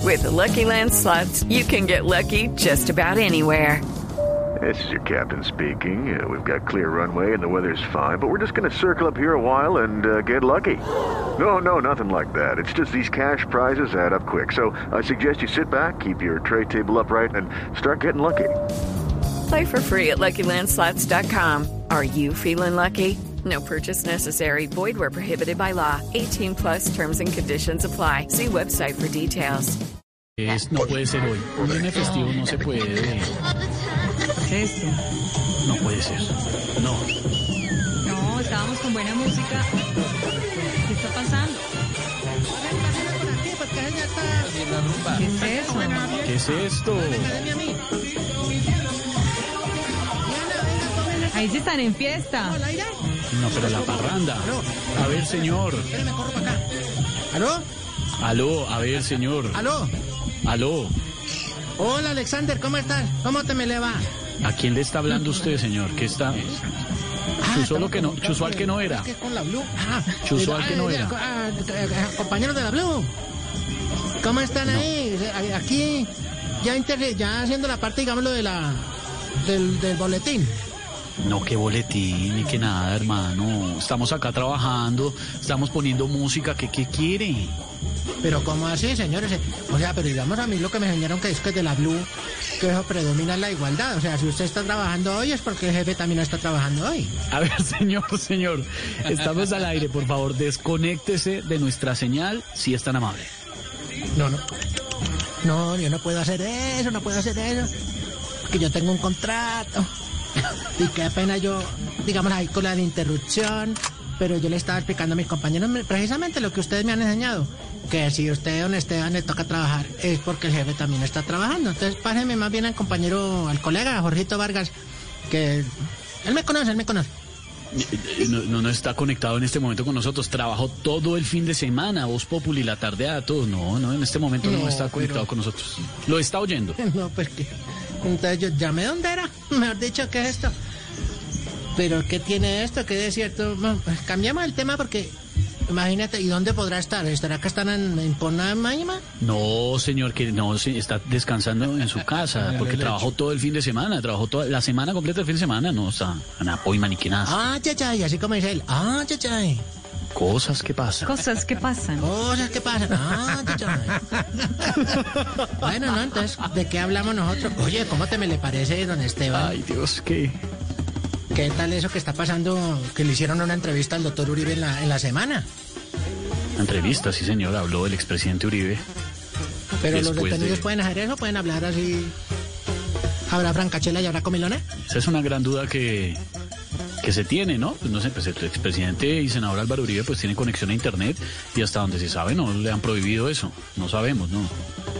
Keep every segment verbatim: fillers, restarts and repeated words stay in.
With the Lucky Land Slots, you can get lucky just about anywhere. This is your captain speaking. Uh, we've got clear runway and the weather's fine, but we're just going to circle up here a while and uh, get lucky. No, no, nothing like that. It's just these cash prizes add up quick. So I suggest you sit back, keep your tray table upright, and start getting lucky. Play for free at Lucky Land Slots dot com. Are you feeling lucky? No purchase necessary. Void where prohibited by law. eighteen plus terms and conditions apply. See website for details. Es, no puede ser hoy. Un viernes festivo no se puede. ¿Qué es esto? No puede ser. No. No, estábamos con buena música. ¿Qué está pasando? ¿Qué es eso? ¿Qué es esto? Ahí sí están en fiesta. No, pero la parranda. A ver, señor. Espérame, corro para acá. ¿Aló? Aló, a ver, señor. ¿Aló? Aló. Hola, Alexander, ¿cómo estás? ¿Cómo te me le va? ¿A quién le está hablando usted, señor? ¿Qué está? Ah, Chuzó lo que no, chuzó al que no era. Es que con la Blue. Ah, Chuzó al que no ah, era. ah, ah, compañeros de la Blue. ¿Cómo están ahí? Aquí, ya, inter, ya haciendo la parte, digámoslo, de la, del, del boletín. No, qué boletín ni que nada, hermano. Estamos acá trabajando, estamos poniendo música. ¿Qué, qué quiere? Pero ¿cómo así, señores? O sea, pero digamos a mí lo que me enseñaron que es que de la Blue, que eso predomina la igualdad. O sea, si usted está trabajando hoy es porque el jefe también está trabajando hoy. A ver, señor, señor, estamos al aire, por favor, desconéctese de nuestra señal, si es tan amable. No, no. No, yo no puedo hacer eso, no puedo hacer eso. Porque yo tengo un contrato. Y qué pena yo, digamos, ahí con la interrupción. Pero yo le estaba explicando a mis compañeros precisamente lo que ustedes me han enseñado. Que si usted, don Esteban, le toca trabajar, es porque el jefe también está trabajando. Entonces, pásenme más bien al compañero, al colega, Jorgito Vargas, que él me conoce, él me conoce. No, no, no está conectado en este momento con nosotros. Trabajó todo el fin de semana, Voz Populi, la tardeada, todo. No, no, en este momento no, no está conectado pero... con nosotros. ¿Lo está oyendo? No, pues que... Entonces yo llamé dónde era. Mejor dicho, ¿qué es esto? Pero ¿qué tiene esto? ¿Qué es cierto? Bueno, pues cambiamos el tema porque... Imagínate, ¿y dónde podrá estar? ¿Estará que están en, en Ponamaima? No, señor, que no, está descansando en su casa, porque trabajó todo el fin de semana, trabajó toda la semana completa el fin de semana, no está en Apoima ni que nada. Ah, chachay, así como dice él, ah, chachay. Cosas que pasan. Cosas que pasan. Cosas que pasan, ah, chachay. Bueno, no, entonces, ¿de qué hablamos nosotros? Oye, ¿cómo te me le parece, don Esteban? Ay, Dios, ¿qué? ¿Qué tal eso que está pasando, que le hicieron una entrevista al doctor Uribe en la, en la semana? Entrevista, sí señor, habló del expresidente Uribe. Pero Después los detenidos de... pueden hacer eso, pueden hablar así. ¿Habrá francachela y habrá comilona? Esa es una gran duda que, que se tiene, ¿no? Pues no sé, pues el expresidente y senador Álvaro Uribe pues tienen conexión a internet y hasta donde se sabe no le han prohibido eso. No sabemos, ¿no?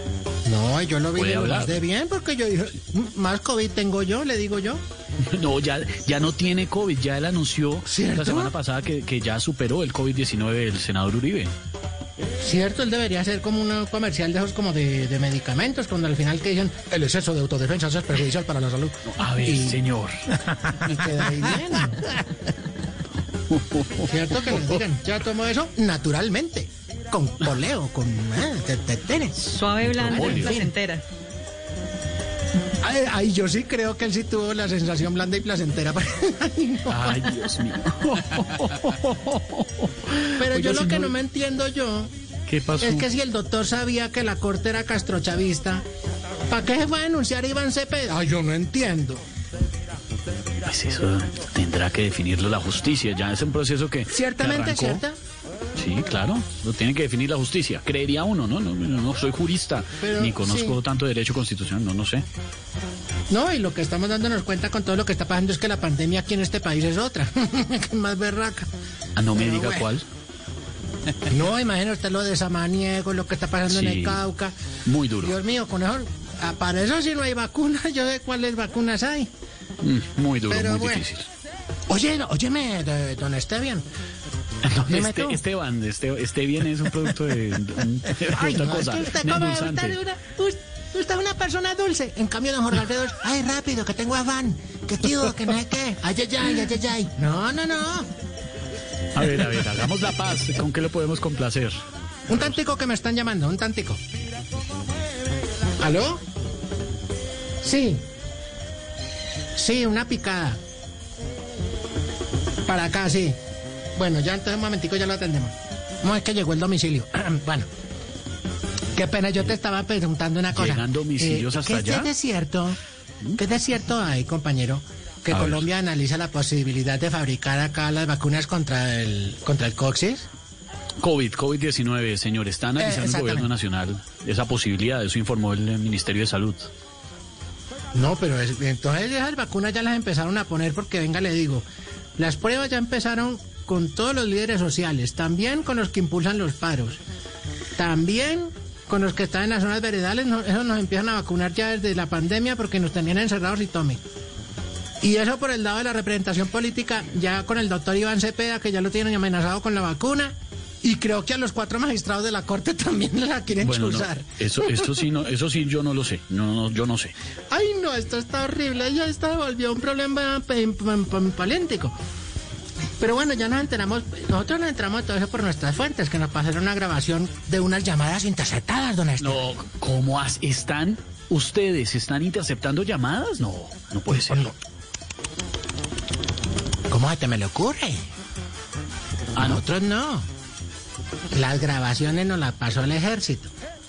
No, yo lo vi de, más de bien porque yo dije, más COVID tengo yo, le digo yo. No, ya, ya no tiene COVID, ya él anunció ¿Cierto? La semana pasada que, que ya superó el COVID diecinueve el senador Uribe. Cierto, él debería ser como un comercial de esos como de, de medicamentos, cuando al final que dicen el exceso de autodefensa es perjudicial para la salud. No, a ver, y... señor. Y queda ahí bien. Cierto que les digan, ya tomo eso naturalmente, con poleo, con eh, te, te, te, suave, blanda y placentera. Ay, ay, yo sí creo que él sí tuvo la sensación blanda y placentera. Ay, no. Ay, Dios mío. Pero Oiga, yo lo señor, que no me entiendo yo ¿qué pasó? Es que si el doctor sabía que la corte era castrochavista, ¿para qué se fue a denunciar a Iván Cepeda? Ay, yo no entiendo. Pues eso tendrá que definirlo la justicia. Ya es un proceso que Ciertamente, que arrancó. ¿cierta? Sí, claro, lo tiene que definir la justicia. Creería uno, ¿no? No, no, no soy jurista, pero, ni conozco sí. tanto derecho constitucional, no, no sé. No, y lo que estamos dándonos cuenta con todo lo que está pasando es que la pandemia aquí en este país es otra. Más berraca. Ah, no me pero diga bueno. cuál. No, imagínate usted lo de Samaniego, lo que está pasando Sí, en el Cauca. muy duro. Dios mío, con eso, ah, para eso sí no hay vacuna. Yo sé cuáles vacunas hay. Mm, muy duro, pero muy bueno. difícil. Oye, óyeme, de, don Esteban. No, Dime este, tú. Esteban, este, este bien es un producto de, de, de Ay, otra no, cosa. es que usted, de come, endulzante. usted, una, usted, usted es una persona dulce. En cambio, don Jorge Alfredo es, ay, rápido, que tengo afán. Que tío, que no sé qué. Ay, ay, ay, ay, ay, ay. No, no, no. A ver, a ver, hagamos la paz. ¿Con qué lo podemos complacer? Un tantico que me están llamando, un tantico. ¿Aló? Sí. Sí, una picada. Para acá, sí. Bueno, ya entonces un momentico ya lo atendemos. No, es que llegó el domicilio. Bueno. Qué pena, yo te estaba preguntando una cosa. ¿Llegan domicilios eh, hasta ¿qué, allá? ¿Qué es cierto? ¿Qué es cierto hay, compañero? Que A Colombia ver. analiza la posibilidad de fabricar acá las vacunas contra el contra el coxis. COVID, COVID diecinueve, señor. Está analizando el exactamente. gobierno nacional esa posibilidad. Eso informó el Ministerio de Salud. No, pero es- entonces esas vacunas ya las empezaron a poner porque, venga, le digo, las pruebas ya empezaron con todos los líderes sociales, también con los que impulsan los paros, también con los que están en las zonas veredales, no- esos nos empiezan a vacunar ya desde la pandemia porque nos tenían encerrados y tome. Y eso por el lado de la representación política, ya con el doctor Iván Cepeda, que ya lo tienen amenazado con la vacuna, y creo que a los cuatro magistrados de la Corte también la quieren Bueno, no, chuzar. eso, esto sí, no, eso sí, yo no lo sé. No, no, yo no sé. Ay, no, esto está horrible. Ya esto volvió un problema pe- pe- pe- político. Pero bueno, ya nos enteramos, nosotros nos enteramos de todo eso por nuestras fuentes, que nos pasaron una grabación de unas llamadas interceptadas, don Esteban. No, ¿cómo has- están ustedes? ¿Están interceptando llamadas? No, no puede ser. No. ¿Cómo se te me le ocurre? Ah, A no. nosotros no. Las grabaciones nos las pasó el ejército.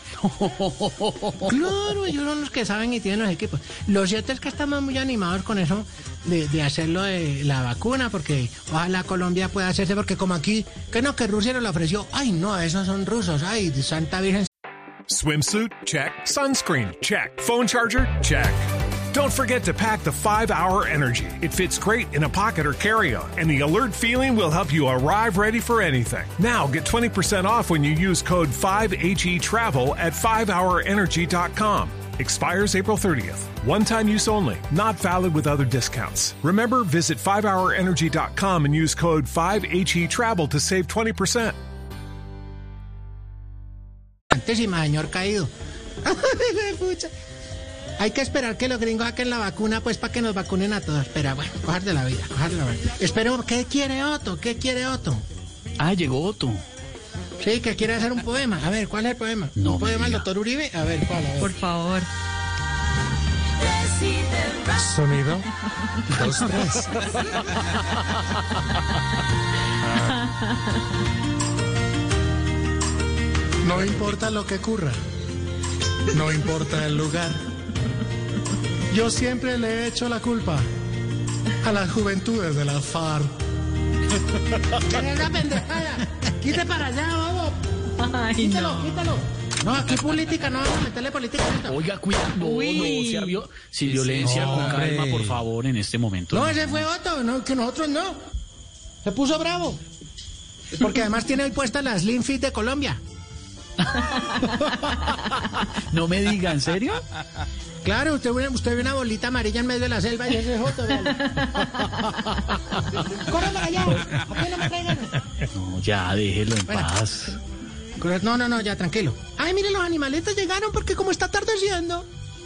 Claro, ellos son los que saben y tienen los equipos. Lo cierto es que estamos muy animados con eso de, de hacerlo de la vacuna, porque ojalá Colombia pueda hacerse, porque como aquí, que no, que Rusia nos lo ofreció. Ay, no, esos son rusos. Ay, Santa Virgen. Swimsuit? Check. Sunscreen? Check. Phone charger? Check. Don't forget to pack the five hour Energy. It fits great in a pocket or carry-on, and the alert feeling will help you arrive ready for anything. Now get twenty percent off when you use code five H E TRAVEL at five hour energy dot com. Expires April thirtieth. One-time use only. Not valid with other discounts. Remember, visit five hour energy dot com and use code five H E TRAVEL to save twenty percent. Santísima, señor caído. Pucha. Hay que esperar que los gringos saquen la vacuna, pues, para que nos vacunen a todos. Espera, bueno, cojar de la vida, cojar de la vida. Espero, ¿qué quiere Otto? ¿Qué quiere Otto? Ah, llegó Otto. Sí, que quiere hacer un poema. A ver, ¿cuál es el poema? No ¿Un me poema del diga. doctor Uribe? A ver, ¿cuál? A ver. Por favor. Sonido. Dos, tres. No importa lo que ocurra. No importa el lugar. Yo siempre le he hecho la culpa a las juventudes de la FARC. ¿Qué es esa pendejada? Quite para allá, vamos. Ay, Quítalo, no. quítalo. No, aquí política, no vamos a meterle política a esto. Oiga, cuidado. No, Uy. no, sea vio- sin violencia, con hombre. calma, por favor, en este momento. No, ese fue Otto, no, que nosotros no. Se puso bravo. Porque además tiene hoy puesta la Slim Fit de Colombia. No me diga, ¿en serio? Claro, usted ve, usted ve una bolita amarilla en medio de la selva y ese es Otto. véalo. ¡Corre para allá! ¿A qué no me traigan? No, ya, déjelo en Bueno. paz. No, no, no, ya, tranquilo. Ay, miren, los animaletes llegaron porque como está atardeciendo.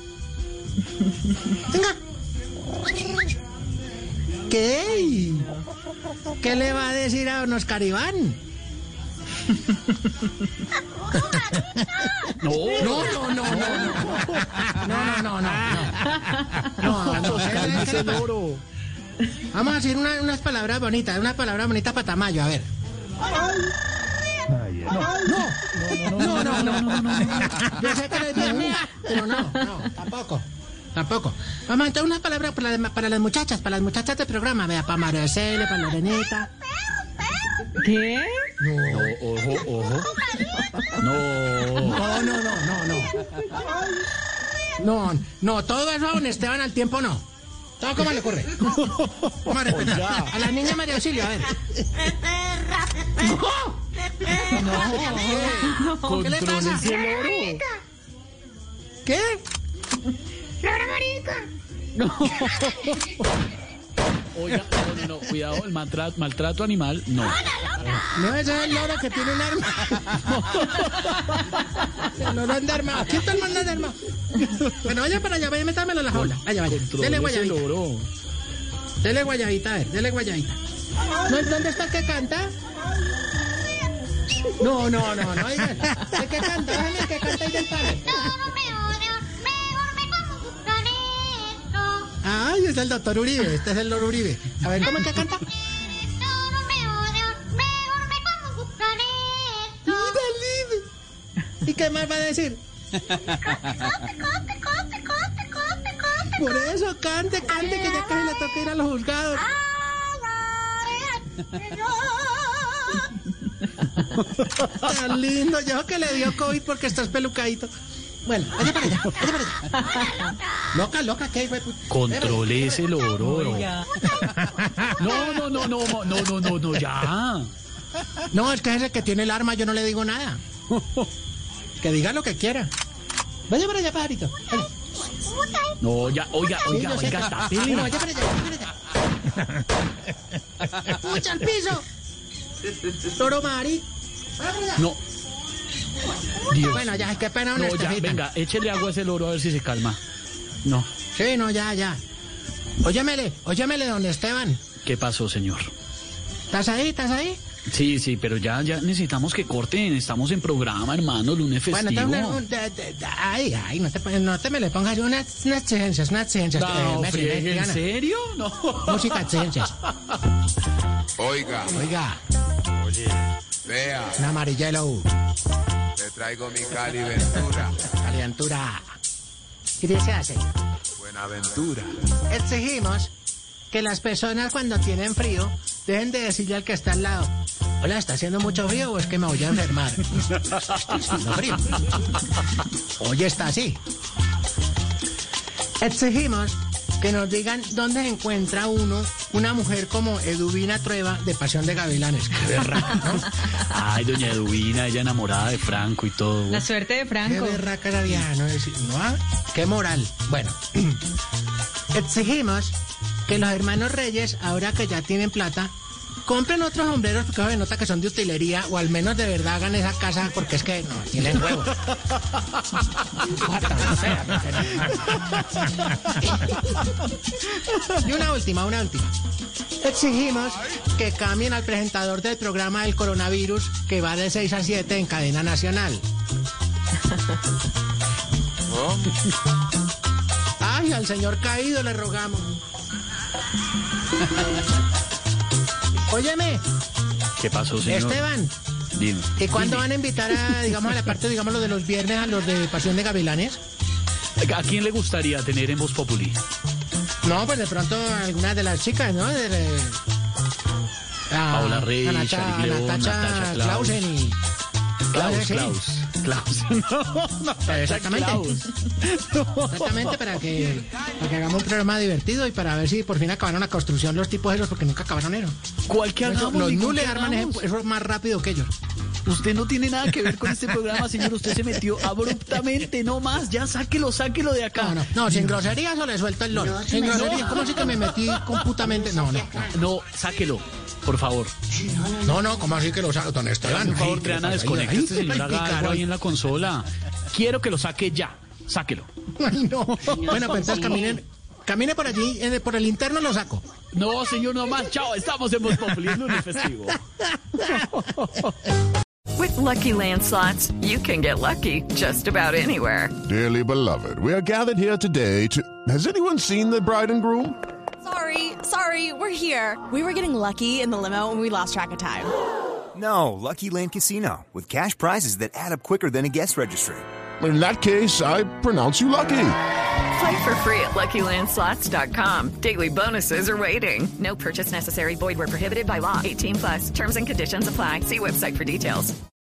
Venga. ¿Qué? ¿Qué le va a decir a don Oscar Iván? No, No, no, no, no, no. No, no, no, no. No, no, no. cálmese, loro. Vamos a decir una- unas palabras bonitas, unas palabras bonitas para Tamayo, a ver. No, no, no, no, no, no. Yo sé que les digo, pero no, no, tampoco. Tampoco. Vamos a entonces unas palabras para, las- para las muchachas, para las muchachas del programa, vea, para María Cele, para Lorenita. ¿Qué? No, ojo, ojo. No. No, no, no, no, no. No, no, todo eso a don Esteban al tiempo no. Todo como le ocurre. Vamos a respetar. A la niña María Auxilio, a ver. No, ¿qué le pasa? Contrólese el loro. ¿Qué? Oiga, no, no, no, cuidado, el maltrato, maltrato animal, no. No, ese es el loro que tiene un arma. El loro anda armado. Aquí está el man anda armado. Bueno, vaya para allá, vaya, métamelo en la jaula. Vaya, vaya. Dele Contrólese el guayabita. loro. Dele guayabita, a ver, dele guayabita. ¿No, ¿Dónde está el que canta? No, no, no, no. Oiga, el que canta, déjame el que canta ahí del palo. Ay, es el doctor Uribe, este es el doctor Uribe. A ver, ¿cómo es que canta? ¿Y qué más va a decir? Por eso, cante, cante, que ya casi le toca ir a los juzgados. Tan lindo, yo que le dio COVID porque estás pelucadito. Bueno, vaya para allá, vaya para allá. Loca, loca, ¿qué fue? Controle ese loro. No, no, no, no, no, no, no, no, ya. No, es que ese que tiene el arma, yo no le digo nada. Que diga lo que quiera. Vaya para allá, pajarito. Vaya. No, ya, oiga, oiga, Sí, oiga, no, tapele. no, vaya para allá, vaya para allá. ¡Pucha al piso! ¡Toro Mari! Vaya para allá. No. Dios. Bueno, ya, qué pena una No, ya, estafita. venga, échele agua a ese loro a ver si se calma. No. Sí, no, ya, ya. Óyemele, óyemele, don Esteban. ¿Qué pasó, señor? ¿Estás ahí? ¿Estás ahí? Sí, sí, pero ya, ya necesitamos que corten. Estamos en programa, hermano, lunes festivo. Bueno, te, un- de- de- de- ay, ay, no te, no te me le pongas unas, unas exigencias, unas exigencias. No, Messi, friegue, Messi, ¿en gana. serio? No. Música, exigencias. Oiga, Oiga, vea, un amarillelo, le traigo mi Cali Ventura, calentura. ¿Y qué se hace? Buenaventura. Exigimos que las personas cuando tienen frío dejen de decirle al que está al lado: hola, ¿está haciendo mucho frío o es que me voy a enfermar? Está haciendo frío. Hoy está así. Exigimos que nos digan dónde se encuentra uno una mujer como Eduvina Trueba de Pasión de Gavilanes. Qué berraca, ¿no? Ay, doña Eduvina, ella enamorada de Franco y todo. La suerte de Qué Franco. berraca la vieja, ¿no? Es- ¿no? ah? Qué moral. Bueno, exigimos que los hermanos Reyes, ahora que ya tienen plata, compren otros sombreros porque se nota que son de utilería, o al menos de verdad hagan esa casa porque es que no tienen huevo. Y una última, una última. Exigimos que cambien al presentador del programa del coronavirus que va de seis a siete en cadena nacional. Ay, al señor caído le rogamos. Óyeme, ¿Qué pasó, señor? Esteban, Dime. ¿y cuándo van a invitar a, digamos, a la parte, digamos, lo de los viernes, a los de Pasión de Gavilanes? ¿A quién le gustaría tener en Voz Populi? No, pues de pronto algunas de las chicas, ¿no? De, de- a- Paola Rey, a Nata- Shari León, a Natacha Natacha Klaus. Clausen y... Klaus, sí. Klaus. Klaus. No, no, Exactamente. Klaus. No. Exactamente, para que, para que hagamos un programa divertido y para ver si por fin acabaron la construcción los tipos esos, porque nunca acabaron eso. ¿Cuál que Eso, hagamos? los ¿Y con nules qué arman hagamos? ese- eso más rápido que ellos. Usted no tiene nada que ver con este programa, señor. Usted se metió abruptamente, no más. Ya sáquelo, sáquelo de acá. No, no, no, sin groserías o le suelto el loro. Sin groserías, ¿cómo así que me metí completamente? No, no, no. No, sáquelo, por favor. No, no, ¿cómo así que lo saco, don Esteban? Por favor, Ay, Triana, ay, desconecte ay, este señor. ay, Haga algo picarón. ahí en la consola. Quiero que lo saque ya. Sáquelo. Ay, no. Bueno, pues entonces caminen, camine por allí, eh, por el interno lo saco. No, señor, no más. Chao, estamos en Voz Populi, es lunes festivo. With Lucky Land Slots, you can get lucky just about anywhere. Dearly beloved, we are gathered here today to... Has anyone seen the bride and groom? Sorry, sorry, we're here. We were getting lucky in the limo and we lost track of time. No, Lucky Land Casino, with cash prizes that add up quicker than a guest registry. In that case, I pronounce you lucky. Play for free at Lucky Land Slots dot com. Daily bonuses are waiting. No purchase necessary. Void where prohibited by law. eighteen plus. Terms and conditions apply. See website for details.